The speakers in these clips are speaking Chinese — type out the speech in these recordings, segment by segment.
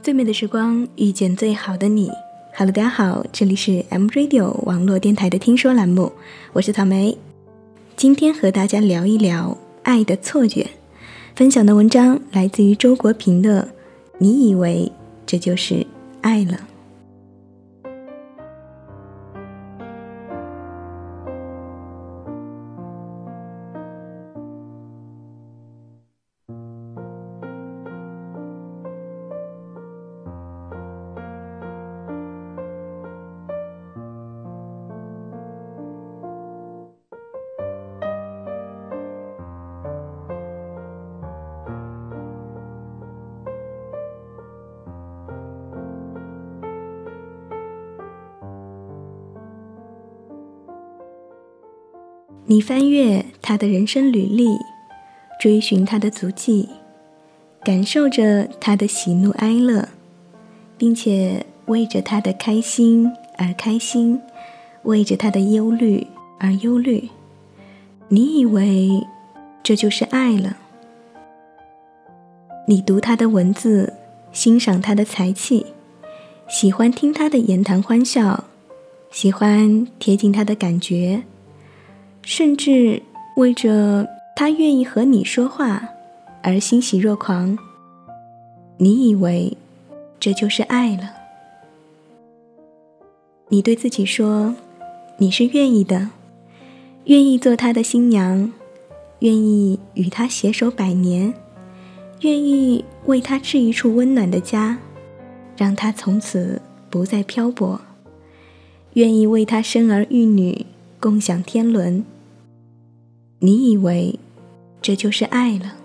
最美的时光，遇见最好的你。Hello， 大家好，这里是 M Radio 网络电台的听说栏目，我是草莓。今天和大家聊一聊爱的错觉。分享的文章来自于周国平的《你以为这就是爱了》。你翻阅他的人生履历，追寻他的足迹，感受着他的喜怒哀乐，并且为着他的开心而开心，为着他的忧虑而忧虑。你以为这就是爱了。你读他的文字，欣赏他的才气，喜欢听他的言谈欢笑，喜欢贴近他的感觉，甚至为着他愿意和你说话而欣喜若狂。你以为这就是爱了。你对自己说，你是愿意的，愿意做他的新娘，愿意与他携手100年，愿意为他织一处温暖的家，让他从此不再漂泊，愿意为他生儿育女，共享天伦。你以为这就是爱了。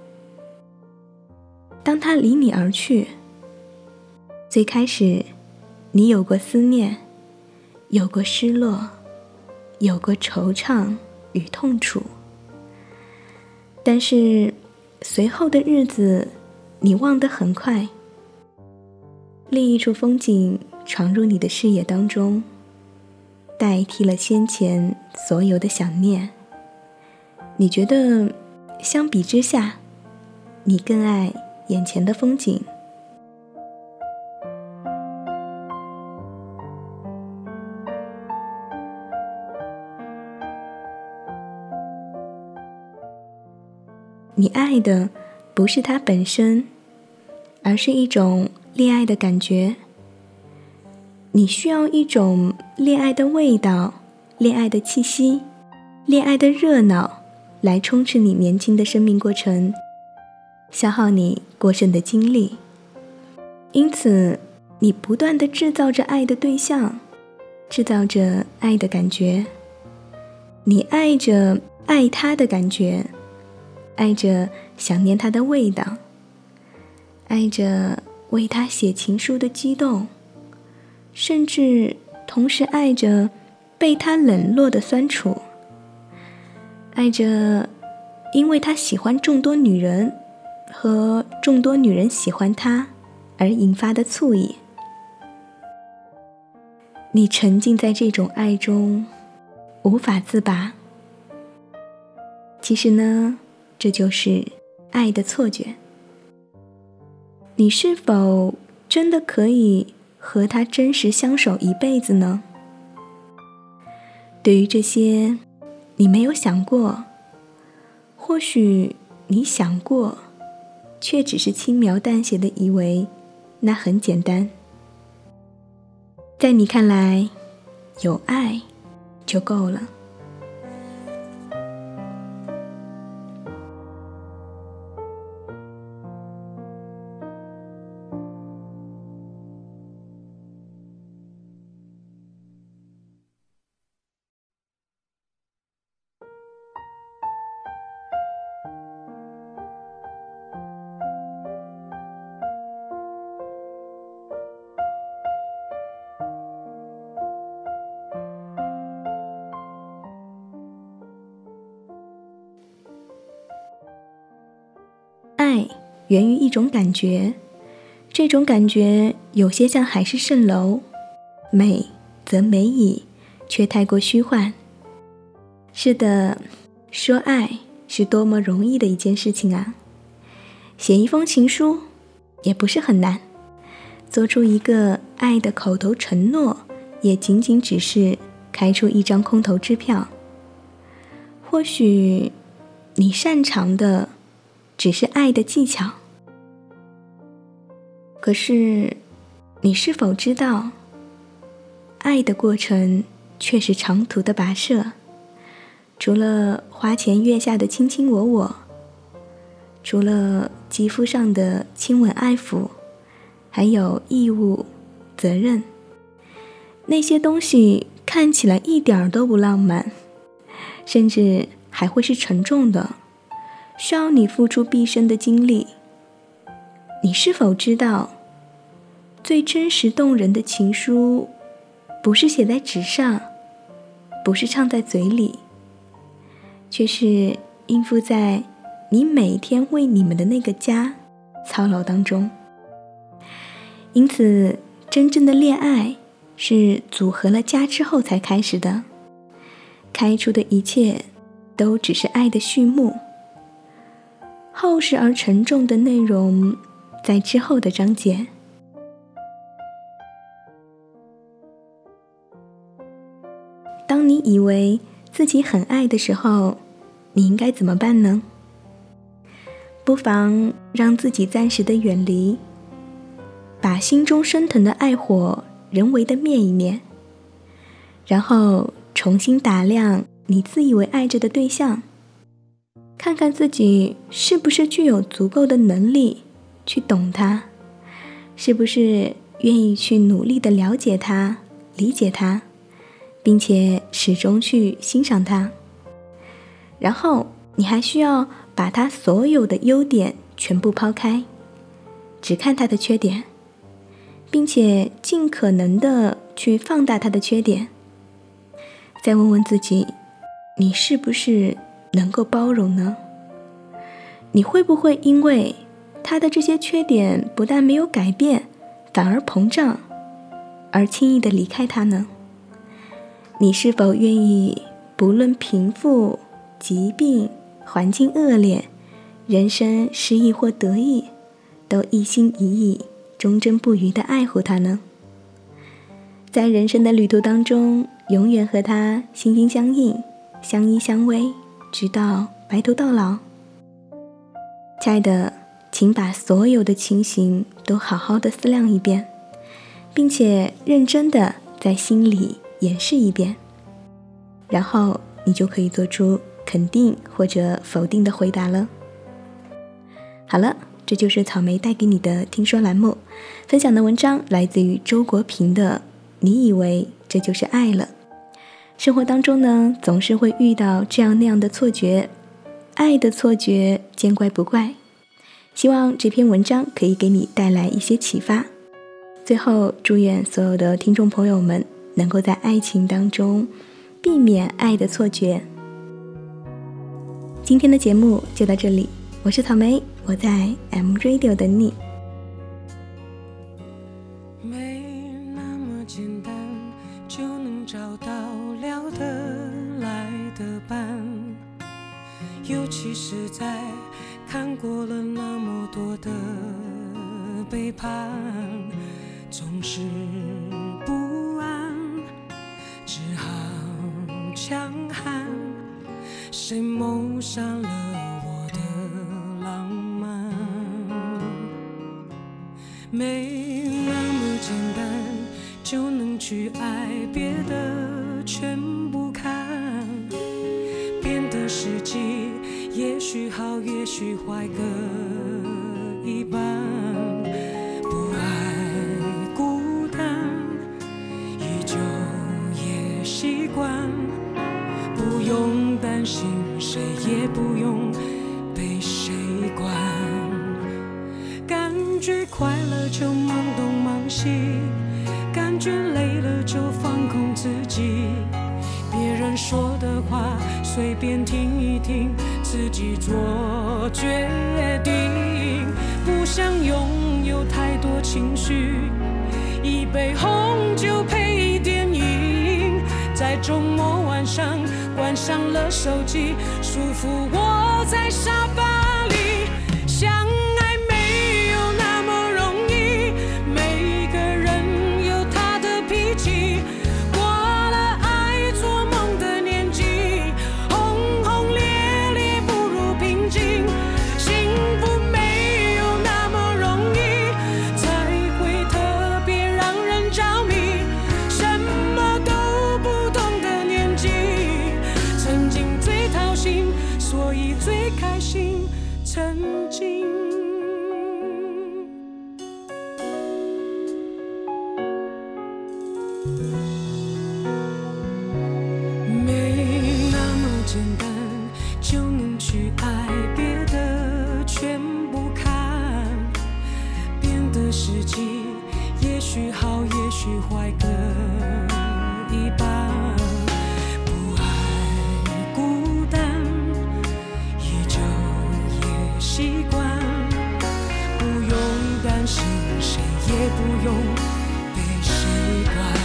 当他离你而去，最开始你有过思念，有过失落，有过惆怅与痛楚，但是随后的日子你忘得很快，另一处风景闯入你的视野当中，代替了先前所有的想念。你觉得相比之下，你更爱眼前的风景。你爱的不是它本身，而是一种恋爱的感觉。你需要一种恋爱的味道，恋爱的气息，恋爱的热闹，来充斥你年轻的生命过程，消耗你过剩的精力。因此你不断地制造着爱的对象，制造着爱的感觉。你爱着爱他的感觉，爱着想念他的味道，爱着为他写情书的激动，甚至同时爱着被他冷落的酸楚，爱着因为他喜欢众多女人和众多女人喜欢他而引发的醋意。你沉浸在这种爱中无法自拔。其实呢，这就是爱的错觉。你是否真的可以和他真实相守一辈子呢？对于这些，你没有想过，或许你想过，却只是轻描淡写的以为那很简单。在你看来，有爱就够了。爱源于一种感觉，这种感觉有些像海市蜃楼，美则美矣，却太过虚幻。是的，说爱是多么容易的一件事情啊！写一封情书也不是很难， 做出一个爱的口头承诺，也仅仅只是开出一张空头支票。或许你擅长的只是爱的技巧，可是你是否知道，爱的过程却是长途的跋涉，除了花前月下的卿卿我我，除了肌肤上的亲吻爱抚，还有义务、责任。那些东西看起来一点都不浪漫，甚至还会是沉重的，需要你付出毕生的精力。你是否知道，最真实动人的情书，不是写在纸上，不是唱在嘴里，却是应付在你每天为你们的那个家操劳当中。因此，真正的恋爱是组合了家之后才开始的，开出的一切都只是爱的序幕，厚实而沉重的内容在之后的章节。当你以为自己很爱的时候，你应该怎么办呢？不妨让自己暂时的远离，把心中升腾的爱火人为的灭一灭，然后重新打量你自以为爱着的对象，看看自己是不是具有足够的能力去懂他，是不是愿意去努力的了解他、理解他，并且始终去欣赏他。然后你还需要把他所有的优点全部抛开，只看他的缺点，并且尽可能的去放大他的缺点。再问问自己，你是不是能够包容呢？你会不会因为他的这些缺点不但没有改变，反而膨胀，而轻易的离开他呢？你是否愿意不论贫富、疾病、环境恶劣、人生失意或得意，都一心一意、忠贞不渝地爱护他呢？在人生的旅途当中，永远和他心心相印、相依相偎，直到白头到老。亲爱的，请把所有的情形都好好的思量一遍，并且认真的在心里演示一遍，然后你就可以做出肯定或者否定的回答了。好了，这就是草莓带给你的听说栏目，分享的文章来自于周国平的你以为这就是爱了。生活当中呢，总是会遇到这样那样的错觉，爱的错觉见怪不怪。希望这篇文章可以给你带来一些启发。最后，祝愿所有的听众朋友们能够在爱情当中避免爱的错觉。今天的节目就到这里，我是草莓，我在 M Radio 等你。 没那么简单就能找到聊得来的伴，尤其是在看过了那么多的背叛，总是不安，只好强悍，谁谋杀了我的浪漫？没那么简单就能去爱，别的全不看，变得实际，也许好也许坏各一半，不爱孤单，依旧也习惯，不用担心谁，也不用被谁管，感觉快乐就忙东忙西，感觉累了就放空自己，别人说的话随便听一听，自己做决定，不想拥有太多情绪，一杯红酒配电影，在周末晚上关上了手机，舒服窝在沙发里。相爱没有那么容易，每曾经。没那么简单就能去爱，别的全不看，变得实际，也许好也许坏各一半，不爱孤单也就也习惯，不用担心谁也不用被谁管，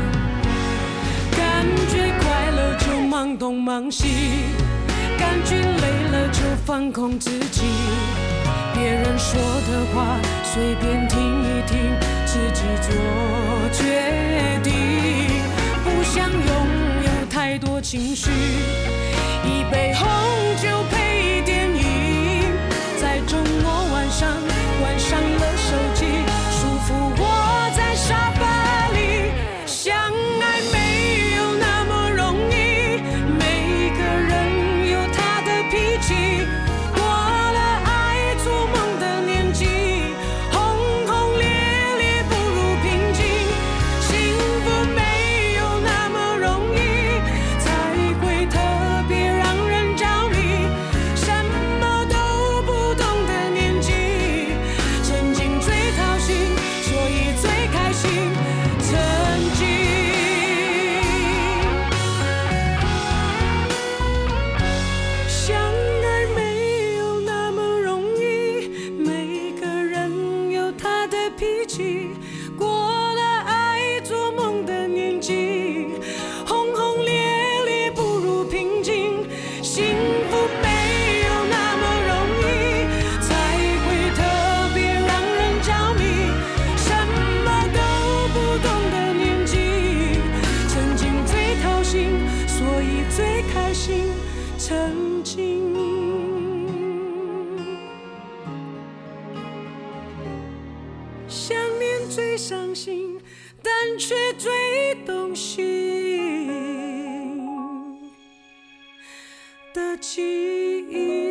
感觉快乐就忙东忙西，感觉累了就放空自己，别人说的话随便听一听，自己做决定，不想拥有太多情绪，一杯红酒配电影，在周末晚上关上了手机，舒服窝在沙发里，相爱没有那么容易，每个人有他的脾气，过了爱做梦的年纪，轰轰烈烈不如平静，幸福没有那么容易，才会特别让人着迷，什么都不懂的年纪，曾经最掏心，所以最开心，曾经。相爱没有那么容易，每个人有他的脾气，过了爱做梦的年纪，轰轰烈烈不如平静，幸福没有那么容易，才会特别让人着迷，什么都不懂的年纪，曾经最掏心，所以最开心，曾经。想念最伤心，但却最动心的记忆。